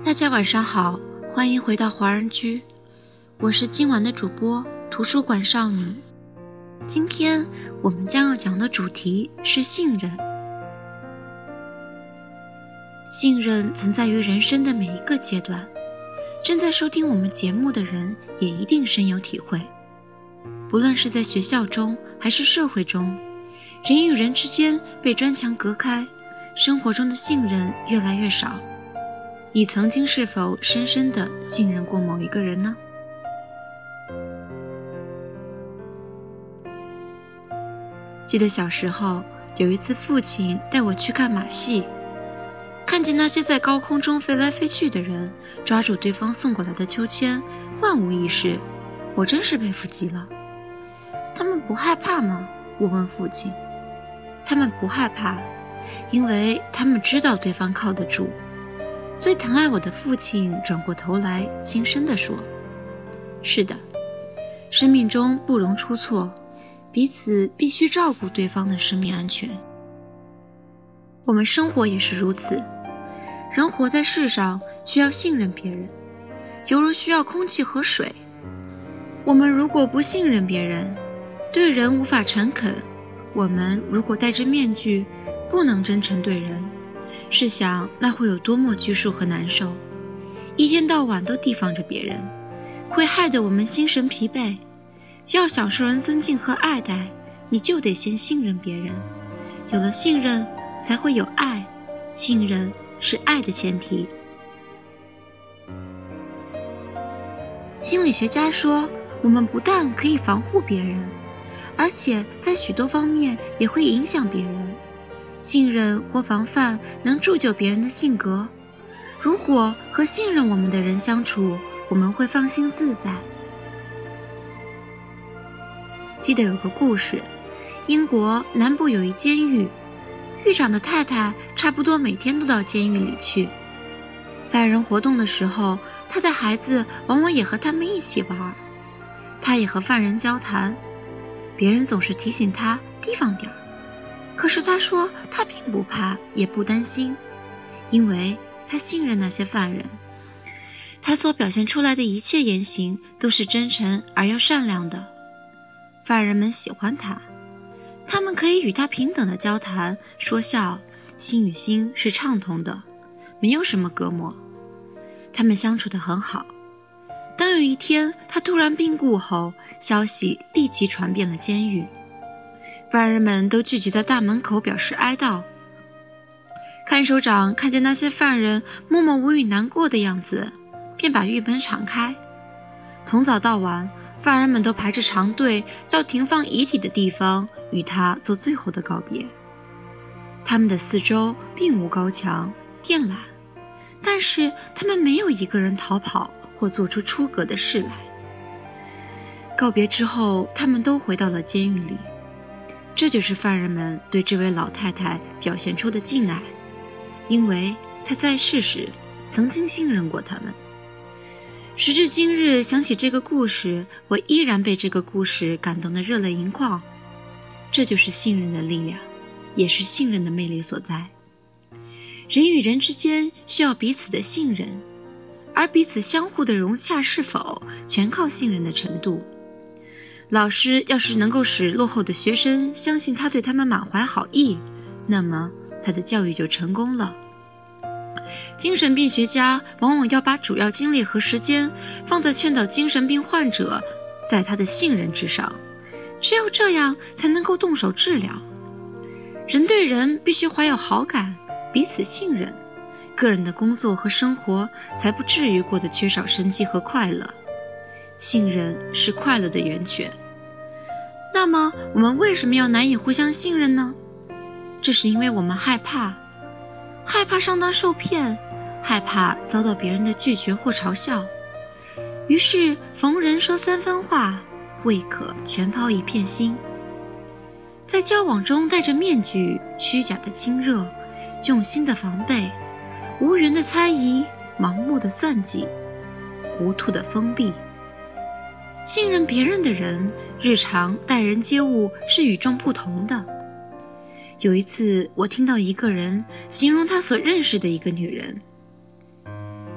大家晚上好，欢迎回到华人居，我是今晚的主播图书馆少女。今天我们将要讲的主题是信任。信任存在于人生的每一个阶段，正在收听我们节目的人也一定深有体会。不论是在学校中还是社会中，人与人之间被砖墙隔开，生活中的信任越来越少。你曾经是否深深地信任过某一个人呢？记得小时候有一次，父亲带我去看马戏，看见那些在高空中飞来飞去的人抓住对方送过来的秋千，万无一失，我真是佩服极了。他们不害怕吗？我问父亲。他们不害怕，因为他们知道对方靠得住。最疼爱我的父亲转过头来轻声地说，是的，生命中不容出错，彼此必须照顾对方的生命安全。我们生活也是如此，人活在世上需要信任别人，犹如需要空气和水。我们如果不信任别人，对人无法诚恳，我们如果戴着面具，不能真诚对人，试想那会有多么拘束和难受，一天到晚都提防着别人，会害得我们心神疲惫。要想受人尊敬和爱戴，你就得先信任别人，有了信任才会有爱，信任是爱的前提。心理学家说，我们不但可以防护别人，而且在许多方面也会影响别人。信任或防范能铸就别人的性格。如果和信任我们的人相处，我们会放心自在。记得有个故事，英国南部有一监狱，狱长的太太差不多每天都到监狱里去。犯人活动的时候，他的孩子往往也和他们一起玩。他也和犯人交谈，别人总是提醒他提防点儿。可是他说他并不怕，也不担心，因为他信任那些犯人。他所表现出来的一切言行都是真诚而又善良的。犯人们喜欢他，他们可以与他平等的交谈说笑，心与心是畅通的，没有什么隔膜。他们相处得很好。当有一天他突然病故后，消息立即传遍了监狱。犯人们都聚集在大门口表示哀悼。看守长看见那些犯人默默无语难过的样子，便把狱门敞开。从早到晚，犯人们都排着长队到停放遗体的地方与他做最后的告别。他们的四周并无高墙电缆，但是他们没有一个人逃跑或做出出格的事来。告别之后，他们都回到了监狱里。这就是犯人们对这位老太太表现出的敬爱，因为她在世时曾经信任过他们。时至今日，想起这个故事，我依然被这个故事感动得热泪盈眶。这就是信任的力量，也是信任的魅力所在。人与人之间需要彼此的信任，而彼此相互的融洽是否，全靠信任的程度。老师要是能够使落后的学生相信他对他们满怀好意，那么他的教育就成功了。精神病学家往往要把主要精力和时间放在劝导精神病患者在他的信任之上，只有这样才能够动手治疗。人对人必须怀有好感，彼此信任，个人的工作和生活才不至于过得缺少生机和快乐。信任是快乐的源泉。那么我们为什么要难以互相信任呢？这是因为我们害怕上当受骗，害怕遭到别人的拒绝或嘲笑。于是逢人说三分话，未可全抛一片心。在交往中戴着面具，虚假的亲热，用心的防备，无缘的猜疑，盲目的算计，糊涂的封闭。信任别人的人，日常待人接物是与众不同的。有一次，我听到一个人形容他所认识的一个女人，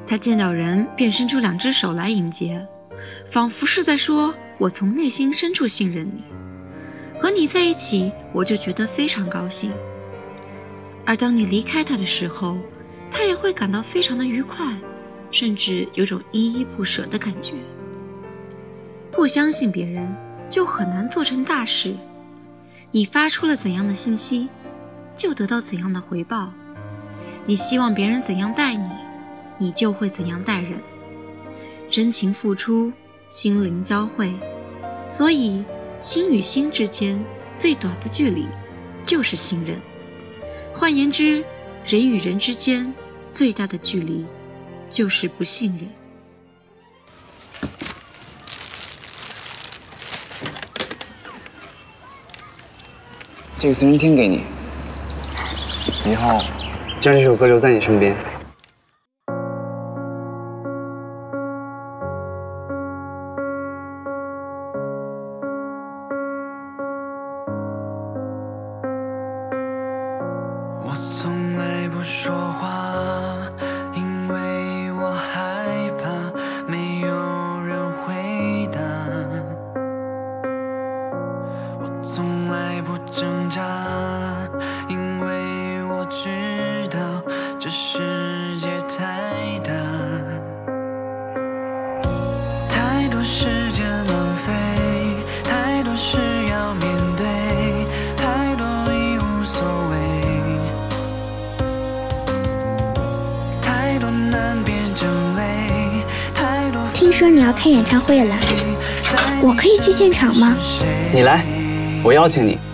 他见到人便伸出2只手来迎接，仿佛是在说，我从内心深处信任你，和你在一起我就觉得非常高兴。而当你离开他的时候，他也会感到非常的愉快，甚至有种依依不舍的感觉。不相信别人，就很难做成大事。你发出了怎样的信息，就得到怎样的回报。你希望别人怎样待你，你就会怎样待人。真情付出，心灵交汇，所以心与心之间最短的距离就是信任。换言之，人与人之间最大的距离就是不信任。 这个随身听给你，以后将这首歌留在你身边。 我从来不说话，因为我害怕没有人回答。我从来不挣扎，因为我知道这世界太大，太多时间浪费，太多事要面对，太多已无所谓，太多难辨真伪，太多。 听说你要开演唱会了，我可以去现场吗？ 你来，我邀请你。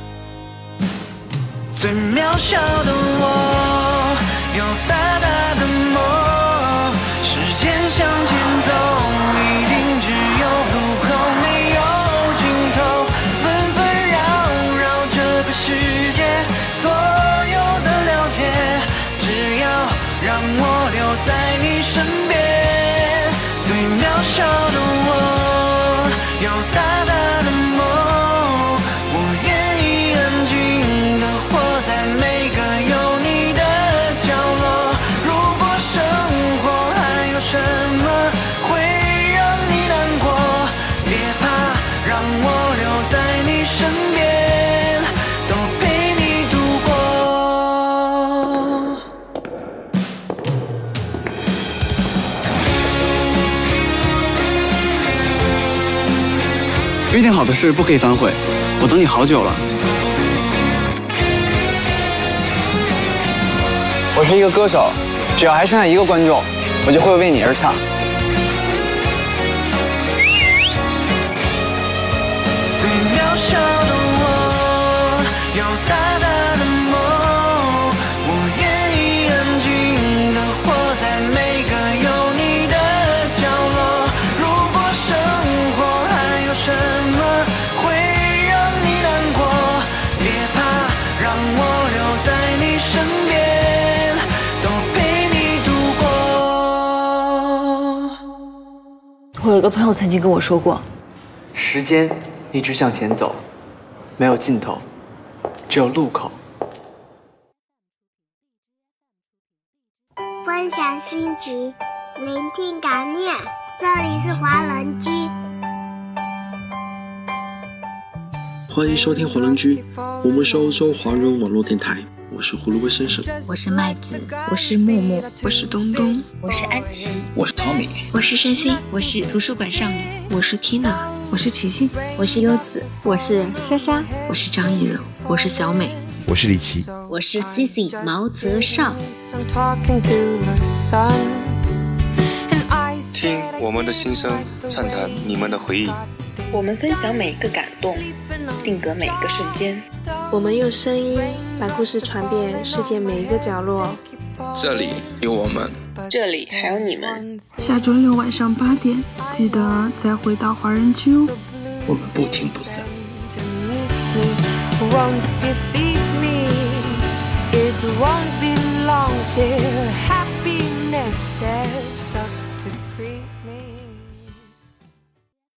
最渺小的我，有大大的梦，时间向前走，一定只有路口没有尽头，纷纷扰扰这个世界，所有的了解，只要让我留在你身边。最渺小的我，有大大的梦，我愿意安静地活在每个有你的角落。如果生活还有什么会让你难过，别怕，让我留在你身边，都陪你度过。 约定好的事不可以反悔，我等你好久了。我是一个歌手，只要还剩下1个观众，我就会为你而唱。 最渺小的我，有大大的梦，我愿意安静地活在每个有你的角落。如果生活还有什么会让你难过，别怕，让我留在你身边，都陪你度过。 我有一个朋友曾经跟我说过， 时间一直向前走，没有尽头，只有路口。 分享心情，聆听感念，这里是华人居。 欢迎收听华人居，我们是欧洲华人网络电台，我是胡萝卜先生， 我是麦子，我是木木， 我是东东， 我是安琪， 我是 Tommy， 我是珊珊，我是图书馆少女，我是 Tina， 我是琪琪，我是优子，我是莎莎， 我是张艺柔，我是小美， 我是李琦， 我是 Cici 毛泽少。 听我们的心声，畅谈你们的回忆。 我们分享每一个感动，定格每一个瞬间。 我们用声音把故事传遍世界每一个角落。 这里有我们， 这里还有你们。 下周6晚上8点，记得再回到华人区哦。 我们不听不散。 Won't defeat me. It won't be long till happiness steps up to creep.